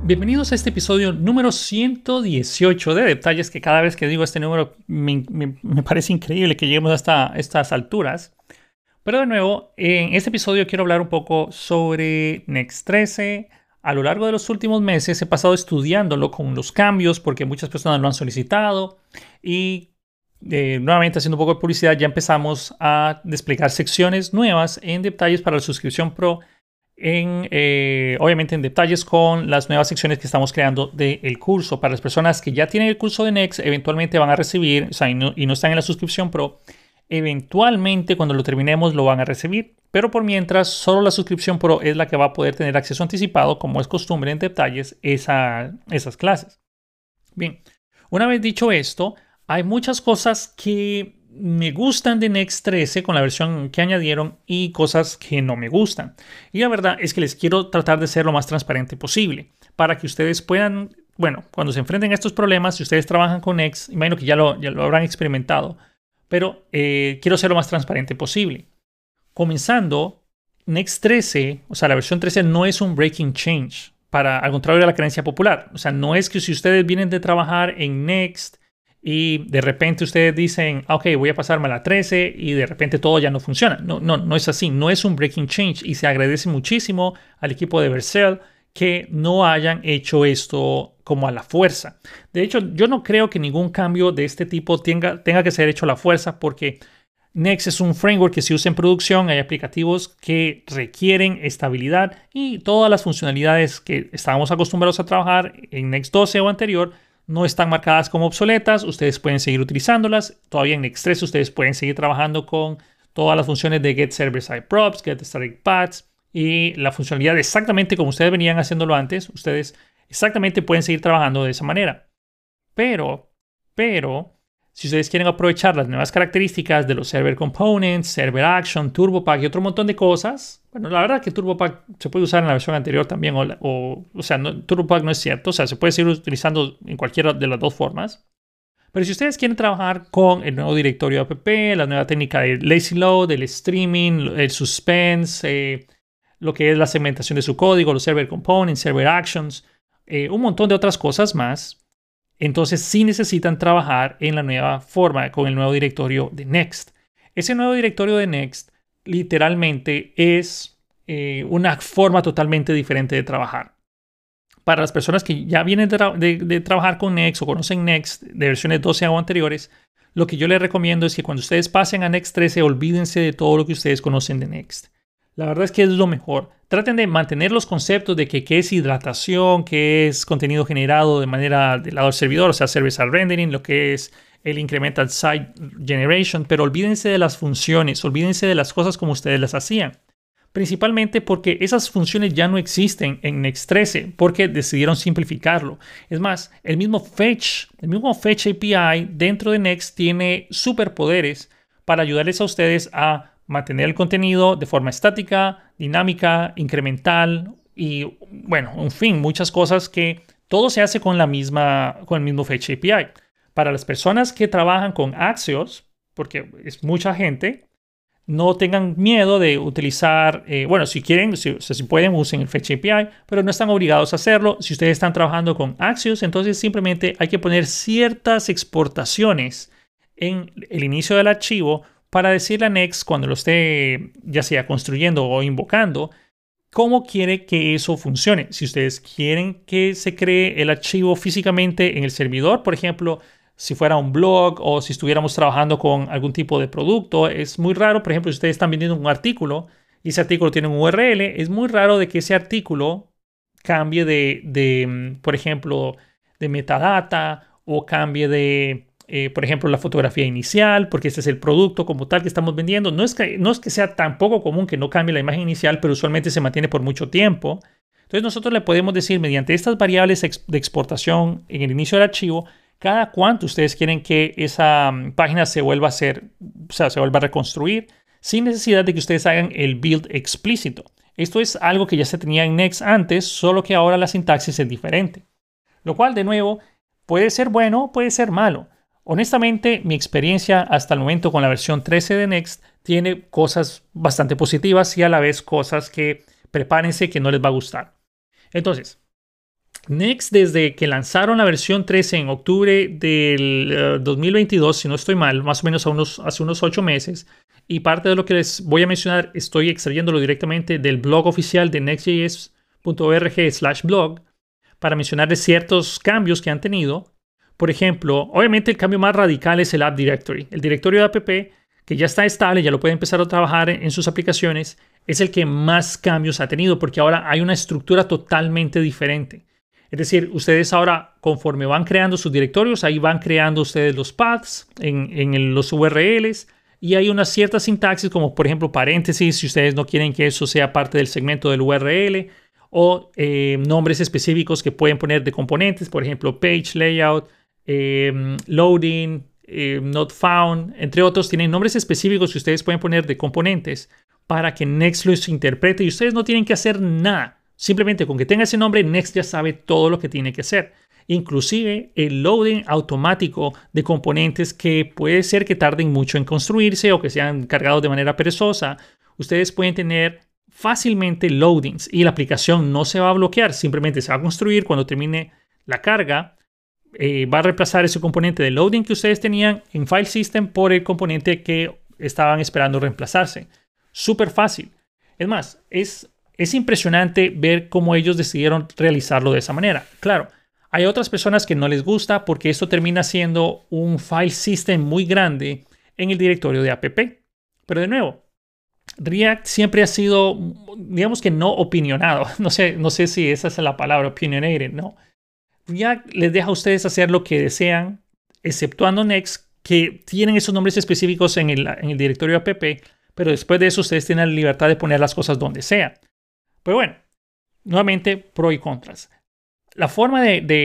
Bienvenidos a este episodio número 118 de Detalles, que cada vez que digo este número me parece increíble que lleguemos hasta estas alturas. Pero de nuevo, en este episodio quiero hablar un poco sobre Next 13. A lo largo de los últimos meses he pasado estudiándolo con los cambios porque muchas personas lo han solicitado y nuevamente haciendo un poco de publicidad ya empezamos a desplegar secciones nuevas en Detalles para la suscripción Pro. Obviamente en Detalles con las nuevas secciones que estamos creando del curso. Para las personas que ya tienen el curso de Next, eventualmente van a recibir, o sea, y no están en la suscripción Pro, eventualmente cuando lo terminemos lo van a recibir. Pero por mientras, solo la suscripción Pro es la que va a poder tener acceso anticipado, como es costumbre en Detalles, esas clases. Bien, una vez dicho esto, hay muchas cosas que me gustan de Next 13 con la versión que añadieron y cosas que no me gustan. Y la verdad es que les quiero tratar de ser lo más transparente posible para que ustedes puedan, bueno, cuando se enfrenten a estos problemas, si ustedes trabajan con Next, imagino que ya lo habrán experimentado, pero quiero ser lo más transparente posible. Comenzando, Next 13, o sea, la versión 13 no es un breaking change, al contrario de la creencia popular. O sea, no es que si ustedes vienen de trabajar en Next y de repente ustedes dicen, ok, voy a pasarme a la 13 y de repente todo ya no funciona. No es así. No es un breaking change y se agradece muchísimo al equipo de Vercel que no hayan hecho esto como a la fuerza. De hecho, yo no creo que ningún cambio de este tipo tenga que ser hecho a la fuerza porque Next es un framework que se usa en producción. Hay aplicativos que requieren estabilidad y todas las funcionalidades que estábamos acostumbrados a trabajar en Next 12 o anterior no están marcadas como obsoletas, ustedes pueden seguir utilizándolas. Todavía en Next 13 ustedes pueden seguir trabajando con todas las funciones de Get Server Side Props, Get Static Paths y la funcionalidad exactamente como ustedes venían haciéndolo antes. Ustedes exactamente pueden seguir trabajando de esa manera. Pero, si ustedes quieren aprovechar las nuevas características de los Server Components, Server Action, TurboPack y otro montón de cosas, bueno, la verdad que TurboPack se puede usar en la versión anterior también, o sea, TurboPack no es cierto, o sea, se puede seguir utilizando en cualquiera de las dos formas. Pero si ustedes quieren trabajar con el nuevo directorio app, la nueva técnica de lazy load, el streaming, el suspense, lo que es la segmentación de su código, los Server Components, Server Actions, un montón de otras cosas más, entonces sí necesitan trabajar en la nueva forma con el nuevo directorio de Next. Ese nuevo directorio de Next literalmente es una forma totalmente diferente de trabajar. Para las personas que ya vienen de trabajar con Next o conocen Next de versiones 12 o anteriores, lo que yo les recomiendo es que cuando ustedes pasen a Next 13, olvídense de todo lo que ustedes conocen de Next. La verdad es que es lo mejor. Traten de mantener los conceptos de qué es hidratación, qué es contenido generado de manera del lado del servidor, o sea, server-side rendering, lo que es el incremental site generation, pero olvídense de las funciones, olvídense de las cosas como ustedes las hacían. Principalmente porque esas funciones ya no existen en Next 13 porque decidieron simplificarlo. Es más, el mismo Fetch API dentro de Next tiene superpoderes para ayudarles a ustedes a mantener el contenido de forma estática, dinámica, incremental y, bueno, en fin, muchas cosas que todo se hace con el mismo Fetch API. Para las personas que trabajan con Axios, porque es mucha gente, no tengan miedo de utilizar, bueno, si quieren, si pueden, usen el Fetch API, pero no están obligados a hacerlo. Si ustedes están trabajando con Axios, entonces simplemente hay que poner ciertas exportaciones en el inicio del archivo para decirle a Next cuando lo esté ya sea construyendo o invocando, cómo quiere que eso funcione. Si ustedes quieren que se cree el archivo físicamente en el servidor, por ejemplo, si fuera un blog o si estuviéramos trabajando con algún tipo de producto, es muy raro, por ejemplo, si ustedes están vendiendo un artículo y ese artículo tiene un URL, es muy raro de que ese artículo cambie por ejemplo, de metadata o cambie de por ejemplo, la fotografía inicial, porque este es el producto como tal que estamos vendiendo. No es que sea tan poco común que no cambie la imagen inicial, pero usualmente se mantiene por mucho tiempo. Entonces nosotros le podemos decir mediante estas variables de exportación en el inicio del archivo, cada cuánto ustedes quieren que esa página se vuelva a hacer, o sea, se vuelva a reconstruir, sin necesidad de que ustedes hagan el build explícito. Esto es algo que ya se tenía en Next antes, solo que ahora la sintaxis es diferente. Lo cual, de nuevo, puede ser bueno, puede ser malo. Honestamente, mi experiencia hasta el momento con la versión 13 de Next tiene cosas bastante positivas y a la vez cosas que prepárense que no les va a gustar. Entonces, Next, desde que lanzaron la versión 13 en octubre del 2022, si no estoy mal, más o menos hace unos 8 meses, y parte de lo que les voy a mencionar estoy extrayéndolo directamente del blog oficial de nextjs.org/blog para mencionarles ciertos cambios que han tenido. Por ejemplo, obviamente el cambio más radical es el App Directory. El directorio de app, que ya está estable, ya lo pueden empezar a trabajar en sus aplicaciones, es el que más cambios ha tenido porque ahora hay una estructura totalmente diferente. Es decir, ustedes ahora, conforme van creando sus directorios, ahí van creando ustedes los paths en los URLs y hay una cierta sintaxis como por ejemplo paréntesis si ustedes no quieren que eso sea parte del segmento del URL o nombres específicos que pueden poner de componentes, por ejemplo page layout, loading, not found, entre otros. Tienen nombres específicos que ustedes pueden poner de componentes para que Next los interprete y ustedes no tienen que hacer nada. Simplemente con que tenga ese nombre, Next ya sabe todo lo que tiene que hacer. Inclusive el loading automático de componentes que puede ser que tarden mucho en construirse o que sean cargados de manera perezosa. Ustedes pueden tener fácilmente loadings y la aplicación no se va a bloquear. Simplemente se va a construir cuando termine la carga. Va a reemplazar ese componente de loading que ustedes tenían en File System por el componente que estaban esperando reemplazarse. Súper fácil. Es más, es impresionante ver cómo ellos decidieron realizarlo de esa manera. Claro, hay otras personas que no les gusta porque esto termina siendo un file system muy grande en el directorio de app. Pero de nuevo, React siempre ha sido, digamos que no opinionado. No sé si esa es la palabra, opinionated, no. React les deja a ustedes hacer lo que desean, exceptuando Next, que tienen esos nombres específicos en el directorio app, pero después de eso ustedes tienen la libertad de poner las cosas donde sea. Pero bueno, nuevamente, pro y contras. La forma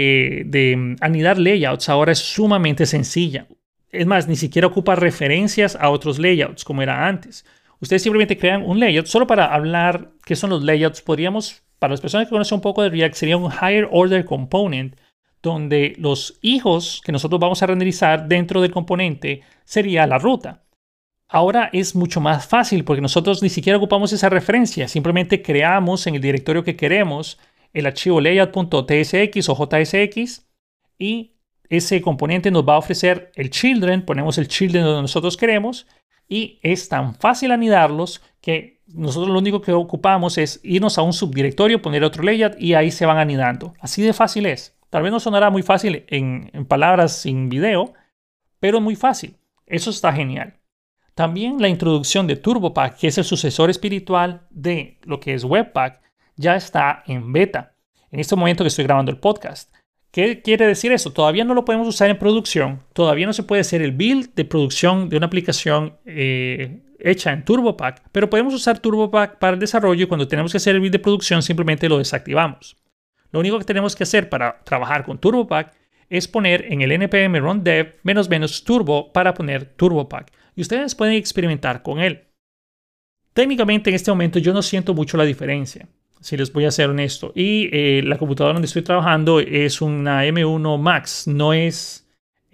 de anidar layouts ahora es sumamente sencilla. Es más, ni siquiera ocupa referencias a otros layouts como era antes. Ustedes simplemente crean un layout. Solo para hablar qué son los layouts, para las personas que conocen un poco de React, sería un higher order component, donde los hijos que nosotros vamos a renderizar dentro del componente sería la ruta. Ahora es mucho más fácil porque nosotros ni siquiera ocupamos esa referencia. Simplemente creamos en el directorio que queremos el archivo layout.tsx o JSX y ese componente nos va a ofrecer el children. Ponemos el children donde nosotros queremos y es tan fácil anidarlos que nosotros lo único que ocupamos es irnos a un subdirectorio, poner otro layout y ahí se van anidando. Así de fácil es. Tal vez no sonará muy fácil en palabras sin video, pero es muy fácil. Eso está genial. También la introducción de TurboPack, que es el sucesor espiritual de lo que es Webpack, ya está en beta. En este momento que estoy grabando el podcast. ¿Qué quiere decir eso? Todavía no lo podemos usar en producción. Todavía no se puede hacer el build de producción de una aplicación hecha en TurboPack. Pero podemos usar TurboPack para el desarrollo y cuando tenemos que hacer el build de producción simplemente lo desactivamos. Lo único que tenemos que hacer para trabajar con TurboPack es poner en el npm run dev --turbo para poner TurboPack. Y ustedes pueden experimentar con él. Técnicamente en este momento yo no siento mucho la diferencia, si les voy a ser honesto. Y la computadora donde estoy trabajando es una M1 Max. No es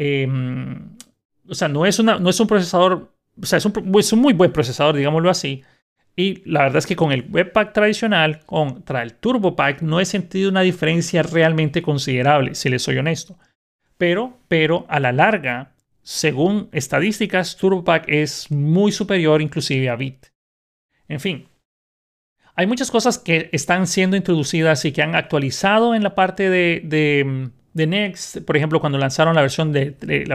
un procesador, o sea, es un muy buen procesador, digámoslo así. Y la verdad es que con el Webpack tradicional, contra el TurboPack, no he sentido una diferencia realmente considerable, si les soy honesto. Pero a la larga, según estadísticas, TurboPack es muy superior inclusive a Vite. En fin, hay muchas cosas que están siendo introducidas y que han actualizado en la parte de Next. Por ejemplo, cuando lanzaron la versión de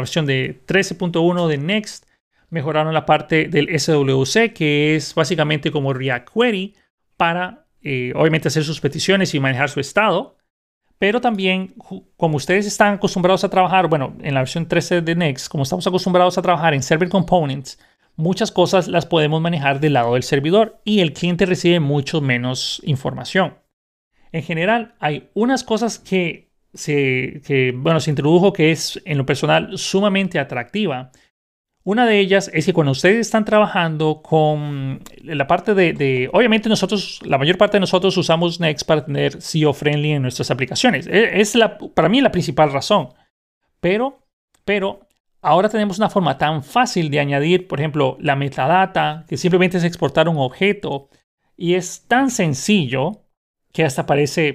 13.1 de Next, mejoraron la parte del SWC, que es básicamente como React Query para, obviamente, hacer sus peticiones y manejar su estado. Pero también, como ustedes están acostumbrados a trabajar, bueno, en la versión 13 de Next, como estamos acostumbrados a trabajar en Server Components, muchas cosas las podemos manejar del lado del servidor y el cliente recibe mucho menos información. En general, hay unas cosas que se introdujo que es, en lo personal, sumamente atractiva. Una de ellas es que cuando ustedes están trabajando con la parte obviamente la mayor parte de nosotros usamos Next para tener SEO friendly en nuestras aplicaciones. Es para mí la principal razón. Pero ahora tenemos una forma tan fácil de añadir, por ejemplo, la metadata, que simplemente es exportar un objeto. Y es tan sencillo que hasta parece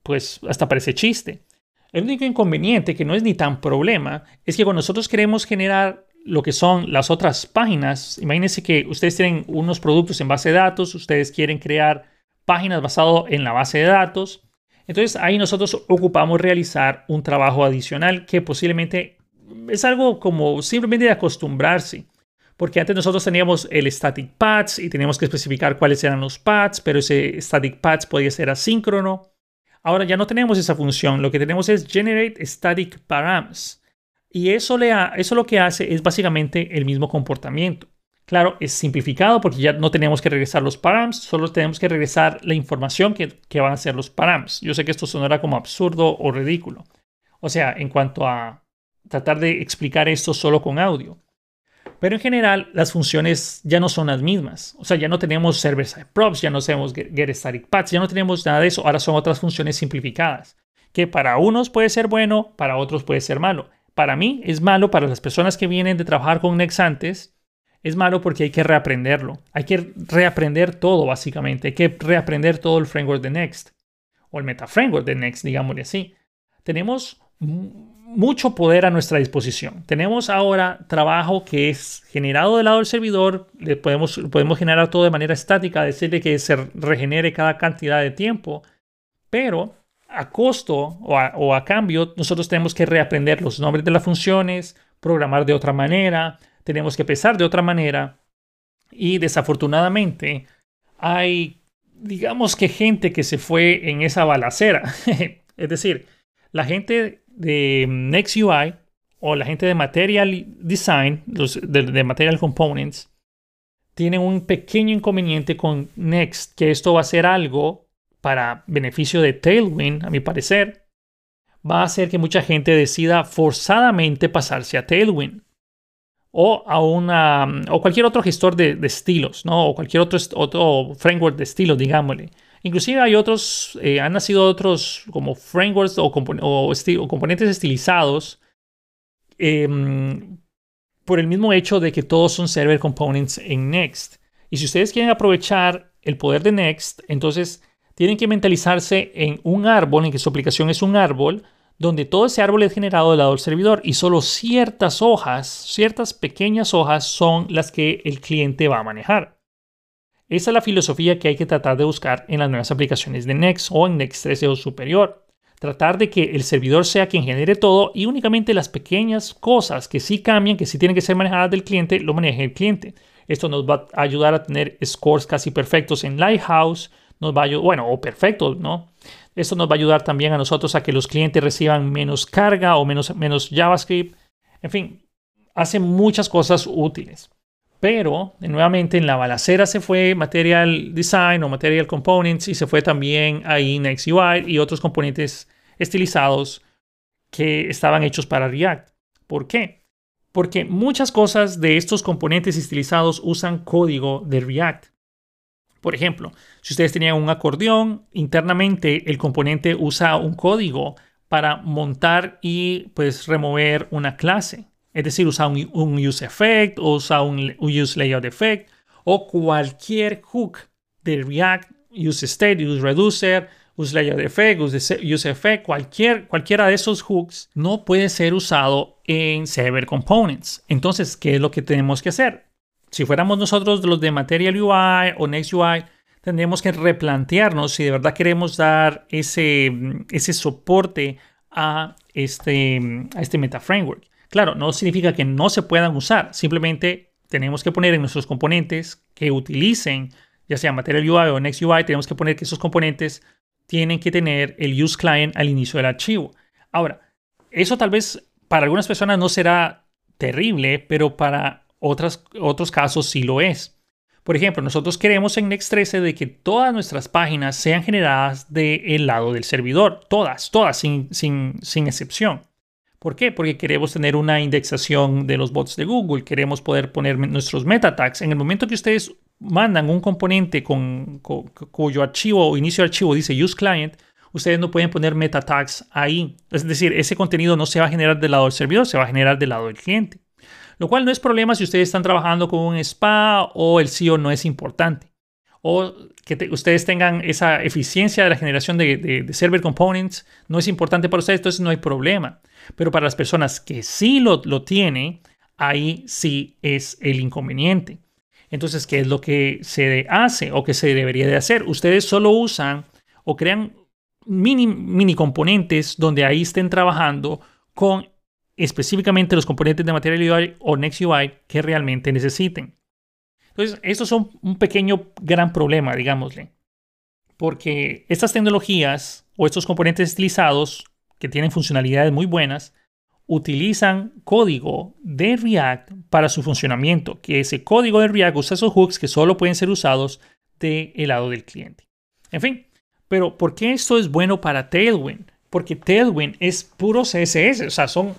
pues hasta parece chiste. El único inconveniente, que no es ni tan problema, es que cuando nosotros queremos generar lo que son las otras páginas, imagínense que ustedes tienen unos productos en base de datos, ustedes quieren crear páginas basadas en la base de datos. Entonces ahí nosotros ocupamos realizar un trabajo adicional que posiblemente es algo como simplemente de acostumbrarse. Porque antes nosotros teníamos el static paths y teníamos que especificar cuáles eran los paths, pero ese static paths podía ser asíncrono. Ahora ya no tenemos esa función. Lo que tenemos es generate static params. Y eso lo que hace es básicamente el mismo comportamiento. Claro, es simplificado porque ya no tenemos que regresar los params, solo tenemos que regresar la información que van a ser los params. Yo sé que esto sonará como absurdo o ridículo. O sea, en cuanto a tratar de explicar esto solo con audio. Pero en general, las funciones ya no son las mismas. O sea, ya no tenemos server-side props, ya no tenemos getStaticPaths, ya no tenemos nada de eso. Ahora son otras funciones simplificadas, que para unos puede ser bueno, para otros puede ser malo. Para mí es malo, para las personas que vienen de trabajar con Next antes, es malo porque hay que reaprenderlo. Hay que reaprender todo, básicamente. Hay que reaprender todo el framework de Next, o el meta-framework de Next, digámosle así. Tenemos mucho poder a nuestra disposición. Tenemos ahora trabajo que es generado del lado del servidor. Podemos generar todo de manera estática, decirle que se regenere cada cantidad de tiempo, pero a costo o a cambio nosotros tenemos que reaprender los nombres de las funciones, programar de otra manera, tenemos que pensar de otra manera y desafortunadamente hay, digamos que gente que se fue en esa balacera. Es decir, la gente de NextUI o la gente de Material Design, de Material Components, tienen un pequeño inconveniente con Next, que esto va a ser algo para beneficio de Tailwind, a mi parecer. Va a hacer que mucha gente decida forzadamente pasarse a Tailwind o o cualquier otro gestor de estilos, ¿no? O cualquier otro framework de estilos, digámosle. Inclusive hay otros, han nacido otros como frameworks o componentes estilizados por el mismo hecho de que todos son server components en Next. Y si ustedes quieren aprovechar el poder de Next, entonces tienen que mentalizarse en un árbol, en que su aplicación es un árbol, donde todo ese árbol es generado del lado del servidor y solo ciertas hojas, ciertas pequeñas hojas son las que el cliente va a manejar. Esa es la filosofía que hay que tratar de buscar en las nuevas aplicaciones de Next o en Next 13 o superior. Tratar de que el servidor sea quien genere todo y únicamente las pequeñas cosas que sí cambian, que sí tienen que ser manejadas del cliente, lo maneje el cliente. Esto nos va a ayudar a tener scores casi perfectos en Lighthouse, nos va a ayudar, bueno, o perfectos, ¿no? Esto nos va a ayudar también a nosotros a que los clientes reciban menos carga o menos JavaScript. En fin, hace muchas cosas útiles. Pero, nuevamente, en la balacera se fue Material Design o Material Components y se fue también ahí NextUI y otros componentes estilizados que estaban hechos para React. ¿Por qué? Porque muchas cosas de estos componentes estilizados usan código de React. Por ejemplo, si ustedes tenían un acordeón, internamente el componente usa un código para montar y pues remover una clase. Es decir, usa un use effect o usa un use layout effect o cualquier hook de React, use state, use reducer, use layout effect, use effect, cualquiera de esos hooks no puede ser usado en server components. Entonces, ¿qué es lo que tenemos que hacer? Si fuéramos nosotros los de Material UI o NextUI, tendríamos que replantearnos si de verdad queremos dar ese soporte a este meta framework. Claro, no significa que no se puedan usar. Simplemente tenemos que poner en nuestros componentes que utilicen, ya sea Material UI o NextUI, tenemos que poner que esos componentes tienen que tener el use client al inicio del archivo. Ahora, eso tal vez para algunas personas no será terrible, pero para otros casos sí lo es. Por ejemplo, nosotros queremos en Next 13 de que todas nuestras páginas sean generadas del lado del servidor. Todas, sin excepción. ¿Por qué? Porque queremos tener una indexación de los bots de Google. Queremos poder poner nuestros meta tags. En el momento que ustedes mandan un componente cuyo archivo o inicio de archivo dice use client, ustedes no pueden poner meta tags ahí. Es decir, ese contenido no se va a generar del lado del servidor, se va a generar del lado del cliente. Lo cual no es problema si ustedes están trabajando con un spa o el SEO no es importante. o que ustedes tengan esa eficiencia de la generación de server components, no es importante para ustedes, entonces no hay problema. Pero para las personas que sí lo tienen, ahí sí es el inconveniente. Entonces, ¿qué es lo que se hace o que se debería de hacer? Ustedes solo usan o crean mini componentes donde ahí estén trabajando con específicamente los componentes de Material UI o Next UI que realmente necesiten. Entonces, estos son un gran problema, digámosle, porque estas tecnologías o estos componentes estilizados que tienen funcionalidades muy buenas utilizan código de React para su funcionamiento, que ese código de React usa esos hooks que solo pueden ser usados del lado del cliente. En fin, pero ¿por qué esto es bueno para Tailwind? Porque Tailwind es puro CSS, o sea, son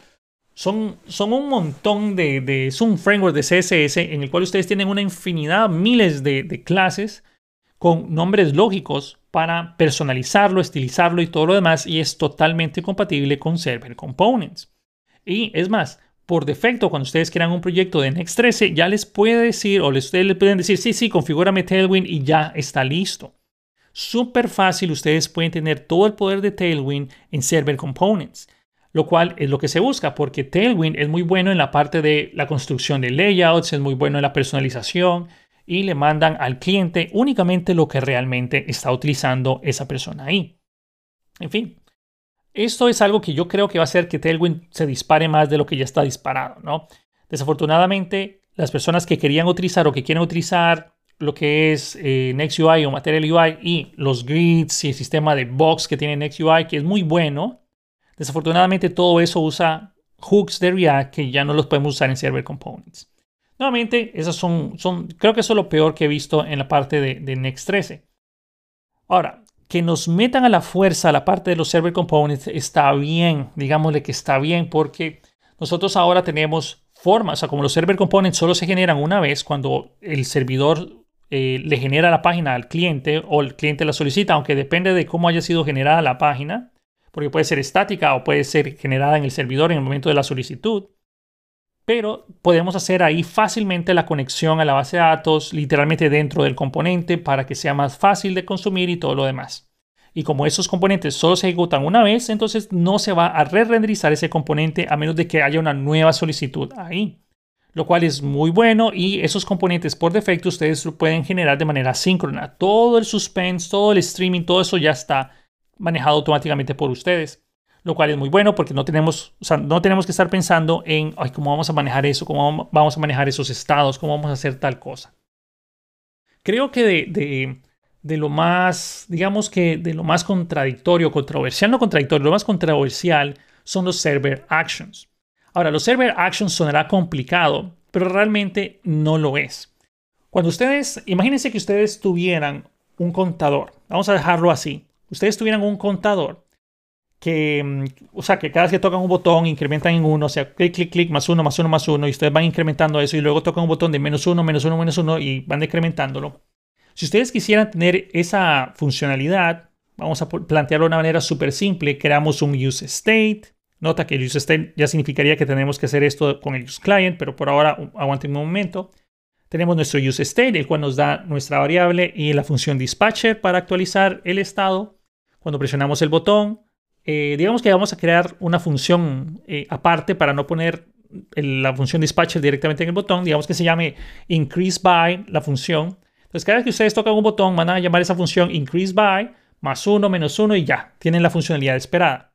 un montón es un framework de CSS en el cual ustedes tienen una infinidad, miles de clases con nombres lógicos para personalizarlo, estilizarlo y todo lo demás, y es totalmente compatible con Server Components. Y es más, por defecto, cuando ustedes crean un proyecto de Next.13, ya les puede decir, o ustedes le pueden decir, sí, configúrame Tailwind y ya está listo. Súper fácil, ustedes pueden tener todo el poder de Tailwind en Server Components, lo cual es lo que se busca, porque Tailwind es muy bueno en la parte de la construcción de layouts, es muy bueno en la personalización, y le mandan al cliente únicamente lo que realmente está utilizando esa persona ahí. En fin. Esto es algo que yo creo que va a hacer que Tailwind se dispare más de lo que ya está disparado, ¿no? Desafortunadamente, las personas que querían utilizar o que quieren utilizar lo que es Next UI o Material UI y los grids y el sistema de box que tiene Next UI, que es muy bueno, desafortunadamente todo eso usa hooks de React que ya no los podemos usar en Server Components. Nuevamente, esas creo que eso es lo peor que he visto en la parte de Next.13. Ahora, que nos metan a la fuerza a la parte de los Server Components está bien, digámosle que está bien, porque nosotros ahora tenemos formas, o sea, como los Server Components solo se generan una vez cuando el servidor le genera la página al cliente o el cliente la solicita, aunque depende de cómo haya sido generada la página, porque puede ser estática o puede ser generada en el servidor en el momento de la solicitud. Pero podemos hacer ahí fácilmente la conexión a la base de datos, literalmente dentro del componente, para que sea más fácil de consumir y todo lo demás. Y como esos componentes solo se ejecutan una vez, entonces no se va a re-renderizar ese componente a menos de que haya una nueva solicitud ahí. Lo cual es muy bueno, y esos componentes por defecto ustedes lo pueden generar de manera síncrona. Todo el suspense, todo el streaming, todo eso ya está manejado automáticamente por ustedes. Lo cual es muy bueno porque no tenemos que estar pensando en cómo vamos a manejar eso, cómo vamos a manejar esos estados, cómo vamos a hacer tal cosa. Creo que de lo más, digamos que de lo más controversial, lo más controversial son los Server Actions. Ahora, los Server Actions sonará complicado, pero realmente no lo es. Imagínense que ustedes tuvieran un contador, vamos a dejarlo así, ustedes tuvieran un contador que cada vez que tocan un botón incrementan en 1, o sea, clic, clic, clic, más 1, más 1, más 1, y ustedes van incrementando eso y luego tocan un botón de menos 1, menos 1, menos 1 y van decrementándolo. Si ustedes quisieran tener esa funcionalidad, vamos a plantearlo de una manera súper simple, creamos un use state. Nota que el use state ya significaría que tenemos que hacer esto con el use client, pero por ahora aguanten un momento. Tenemos nuestro use state, el cual nos da nuestra variable y la función dispatcher para actualizar el estado. Cuando presionamos el botón, digamos que vamos a crear una función aparte para no poner la función dispatcher directamente en el botón. Digamos que se llame increase by la función. Entonces, cada vez que ustedes tocan un botón, van a llamar esa función increase by, más 1, menos 1 y ya, tienen la funcionalidad esperada.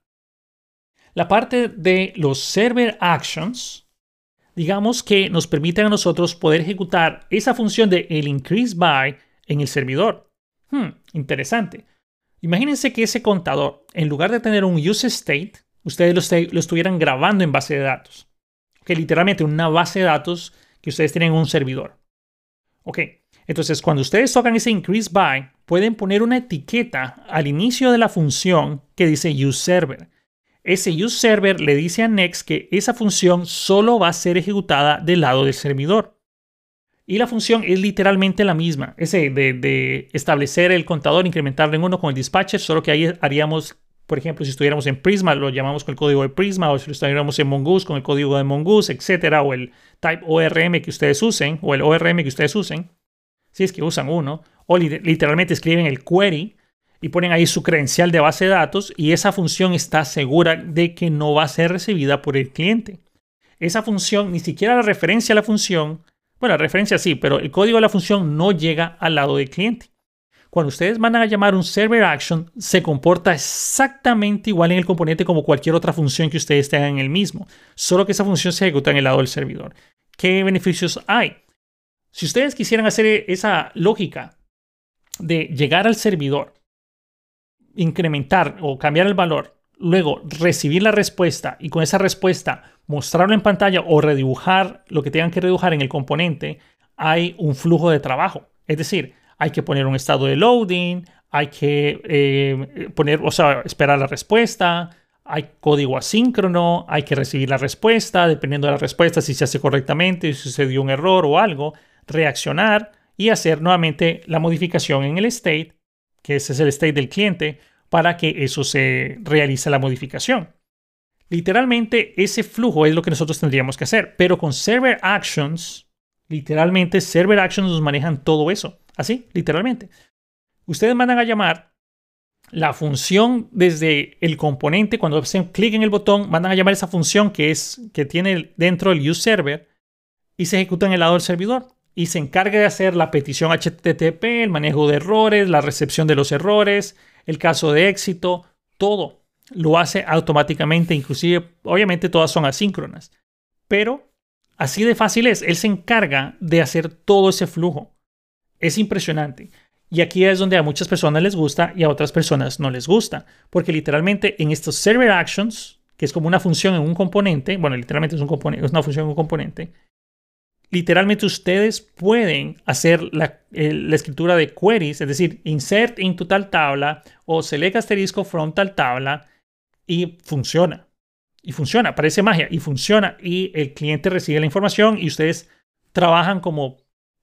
La parte de los server actions, digamos que nos permiten a nosotros poder ejecutar esa función de el increase by en el servidor. Interesante. Imagínense que ese contador, en lugar de tener un use state, ustedes lo estuvieran grabando en base de datos. Que literalmente una base de datos que ustedes tienen en un servidor. Ok, entonces cuando ustedes tocan ese increase by, pueden poner una etiqueta al inicio de la función que dice useServer. Ese useServer le dice a Next que esa función solo va a ser ejecutada del lado del servidor. Y la función es literalmente la misma. Ese de establecer el contador, incrementarlo en 1 con el dispatcher, solo que ahí haríamos, por ejemplo, si estuviéramos en Prisma, lo llamamos con el código de Prisma, o si estuviéramos en Mongoose, con el código de Mongoose, etcétera, o el type ORM que ustedes usen, o el ORM que ustedes usen, si es que usan uno, o literalmente escriben el query y ponen ahí su credencial de base de datos y esa función está segura de que no va a ser recibida por el cliente. Esa función, ni siquiera la referencia a la función, bueno, la referencia sí, pero el código de la función no llega al lado del cliente. Cuando ustedes van a llamar un server action, se comporta exactamente igual en el componente como cualquier otra función que ustedes tengan en el mismo, solo que esa función se ejecuta en el lado del servidor. ¿Qué beneficios hay? Si ustedes quisieran hacer esa lógica de llegar al servidor, incrementar o cambiar el valor, luego recibir la respuesta y con esa respuesta mostrarlo en pantalla o redibujar lo que tengan que redibujar en el componente, hay un flujo de trabajo. Es decir, hay que poner un estado de loading, hay que esperar la respuesta, hay código asíncrono, hay que recibir la respuesta, dependiendo de la respuesta, si se hace correctamente, si sucedió un error o algo, reaccionar y hacer nuevamente la modificación en el state, que ese es el state del cliente, para que eso se realice la modificación. Literalmente, ese flujo es lo que nosotros tendríamos que hacer, pero con Server Actions, literalmente Server Actions nos manejan todo eso. Así, literalmente. Ustedes mandan a llamar la función desde el componente. Cuando hacen clic en el botón, mandan a llamar esa función que tiene dentro el useServer y se ejecuta en el lado del servidor. Y se encarga de hacer la petición HTTP, el manejo de errores, la recepción de los errores, el caso de éxito, todo. Lo hace automáticamente, inclusive, obviamente todas son asíncronas. Pero así de fácil es. Él se encarga de hacer todo ese flujo. Es impresionante. Y aquí es donde a muchas personas les gusta y a otras personas no les gusta. Porque literalmente en estos Server Actions, que es como una función en un componente, bueno, literalmente es una función en un componente, literalmente ustedes pueden hacer la escritura de queries, es decir, insert into tal tabla o select asterisco from tal tabla y funciona. Y funciona, parece magia y funciona. Y el cliente recibe la información y ustedes trabajan como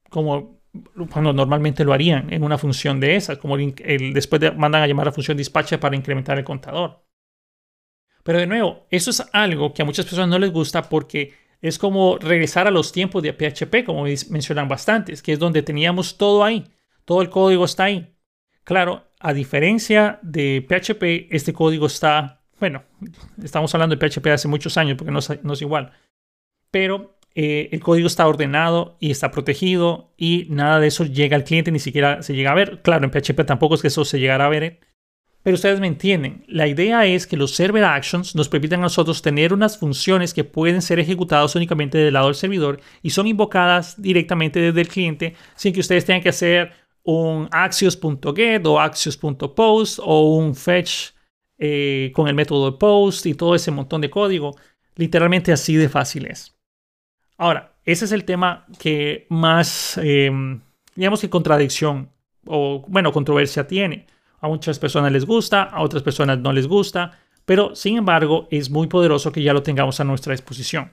cuando normalmente lo harían en una función de esas, como después mandan a llamar a la función dispatcher para incrementar el contador. Pero de nuevo, eso es algo que a muchas personas no les gusta porque es como regresar a los tiempos de PHP, como mencionan bastantes, que es donde teníamos todo ahí, todo el código está ahí. Claro, a diferencia de PHP, este código está, bueno, estamos hablando de PHP hace muchos años porque no es igual, pero el código está ordenado y está protegido y nada de eso llega al cliente, ni siquiera se llega a ver. Claro, en PHP tampoco es que eso se llegara a ver, pero ustedes me entienden. La idea es que los Server Actions nos permitan a nosotros tener unas funciones que pueden ser ejecutadas únicamente del lado del servidor y son invocadas directamente desde el cliente sin que ustedes tengan que hacer un axios.get o axios.post o un fetch con el método de post y todo ese montón de código. Literalmente así de fácil es. Ahora, ese es el tema que más, digamos que contradicción o, bueno, controversia tiene. A muchas personas les gusta, a otras personas no les gusta, pero sin embargo es muy poderoso que ya lo tengamos a nuestra disposición.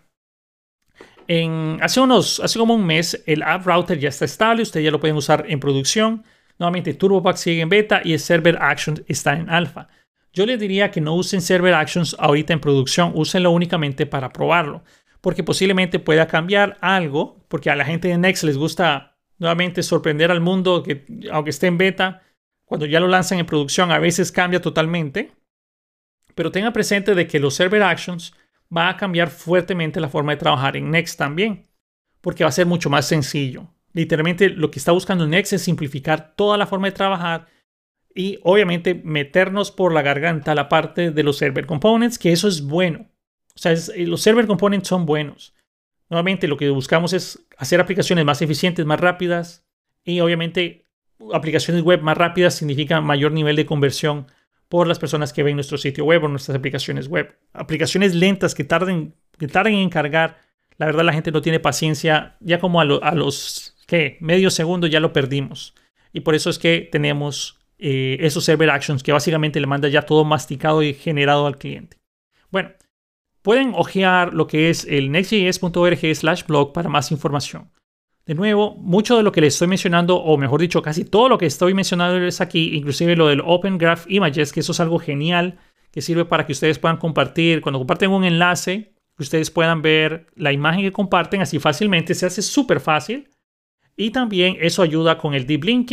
Hace como un mes el App Router ya está estable, ustedes ya lo pueden usar en producción. Nuevamente TurboPack sigue en beta y el Server Actions está en alfa. Yo les diría que no usen Server Actions ahorita en producción, úsenlo únicamente para probarlo. Porque posiblemente pueda cambiar algo, porque a la gente de Next les gusta nuevamente sorprender al mundo, que aunque esté en beta, cuando ya lo lanzan en producción a veces cambia totalmente. Pero tenga presente de que los Server Actions va a cambiar fuertemente la forma de trabajar en Next también, porque va a ser mucho más sencillo. Literalmente lo que está buscando Next es simplificar toda la forma de trabajar y obviamente meternos por la garganta la parte de los Server Components, que eso es bueno. O sea, los Server Components son buenos. Nuevamente, lo que buscamos es hacer aplicaciones más eficientes, más rápidas. Y obviamente, aplicaciones web más rápidas significa mayor nivel de conversión por las personas que ven nuestro sitio web o nuestras aplicaciones web. Aplicaciones lentas que tarden en cargar. La verdad, la gente no tiene paciencia. Ya como a los medio segundo ya lo perdimos. Y por eso es que tenemos esos Server Actions que básicamente le manda ya todo masticado y generado al cliente. Bueno. Pueden hojear lo que es el nextjs.org/blog para más información. De nuevo, mucho de lo que les estoy mencionando, o mejor dicho, casi todo lo que estoy mencionando es aquí, inclusive lo del Open Graph Images, que eso es algo genial, que sirve para que ustedes puedan compartir. Cuando comparten un enlace, que ustedes puedan ver la imagen que comparten así fácilmente, se hace súper fácil. Y también eso ayuda con el deep linking,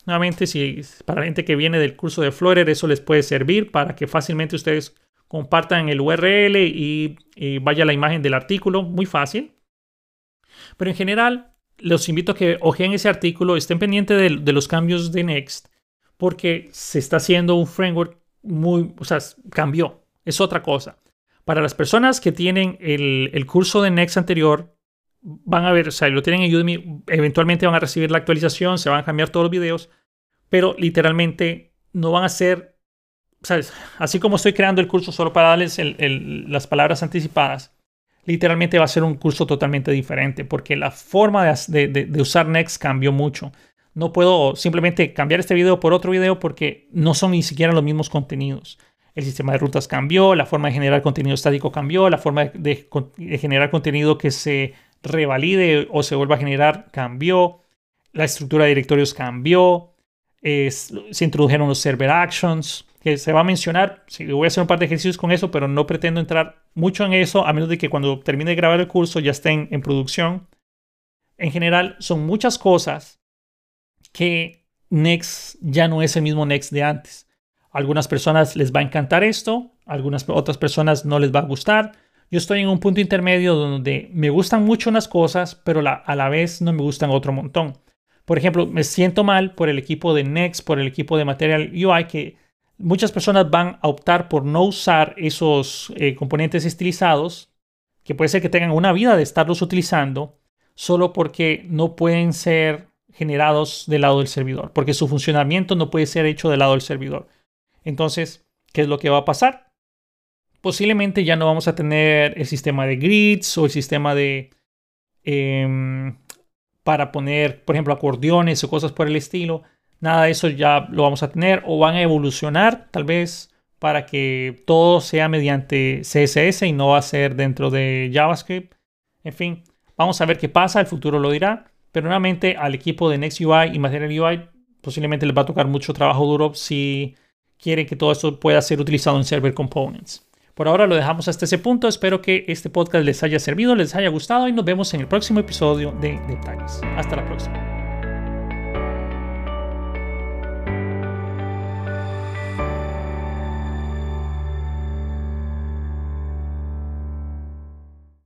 Nuevamente, si para la gente que viene del curso de Flutter, eso les puede servir para que fácilmente ustedes compartan el URL y vaya la imagen del artículo. Muy fácil. Pero en general, los invito a que ojeen ese artículo, estén pendientes de los cambios de Next, porque se está haciendo un framework cambió. Es otra cosa. Para las personas que tienen el curso de Next anterior, van a ver, o sea, lo tienen en Udemy, eventualmente van a recibir la actualización, se van a cambiar todos los videos, pero literalmente no van a ser, ¿sabes? Así como estoy creando el curso solo para darles las palabras anticipadas, literalmente va a ser un curso totalmente diferente, porque la forma de usar Next cambió mucho. No puedo simplemente cambiar este video por otro video porque no son ni siquiera los mismos contenidos. El sistema de rutas cambió, la forma de generar contenido estático cambió, la forma de generar contenido que se revalide o se vuelva a generar cambió, la estructura de directorios cambió, se introdujeron los server actions, que se va a mencionar. Sí, voy a hacer un par de ejercicios con eso, pero no pretendo entrar mucho en eso, a menos de que cuando termine de grabar el curso ya estén en producción. En general, son muchas cosas que Next ya no es el mismo Next de antes. A algunas personas les va a encantar esto, a algunas otras personas no les va a gustar. Yo estoy en un punto intermedio donde me gustan mucho unas cosas, pero a la vez no me gustan otro montón. Por ejemplo, me siento mal por el equipo de Next, por el equipo de Material UI, que muchas personas van a optar por no usar esos componentes estilizados, que puede ser que tengan una vida de estarlos utilizando, solo porque no pueden ser generados del lado del servidor, porque su funcionamiento no puede ser hecho del lado del servidor. Entonces, ¿qué es lo que va a pasar? Posiblemente ya no vamos a tener el sistema de grids o el sistema de para poner, por ejemplo, acordeones o cosas por el estilo. Nada de eso ya lo vamos a tener, o van a evolucionar tal vez para que todo sea mediante CSS y no va a ser dentro de JavaScript. En fin, vamos a ver qué pasa, el futuro lo dirá. Pero nuevamente al equipo de Next UI y Material UI posiblemente les va a tocar mucho trabajo duro si quieren que todo esto pueda ser utilizado en Server Components. Por ahora lo dejamos hasta ese punto. Espero que este podcast les haya servido, les haya gustado y nos vemos en el próximo episodio de Detalles. Hasta la próxima.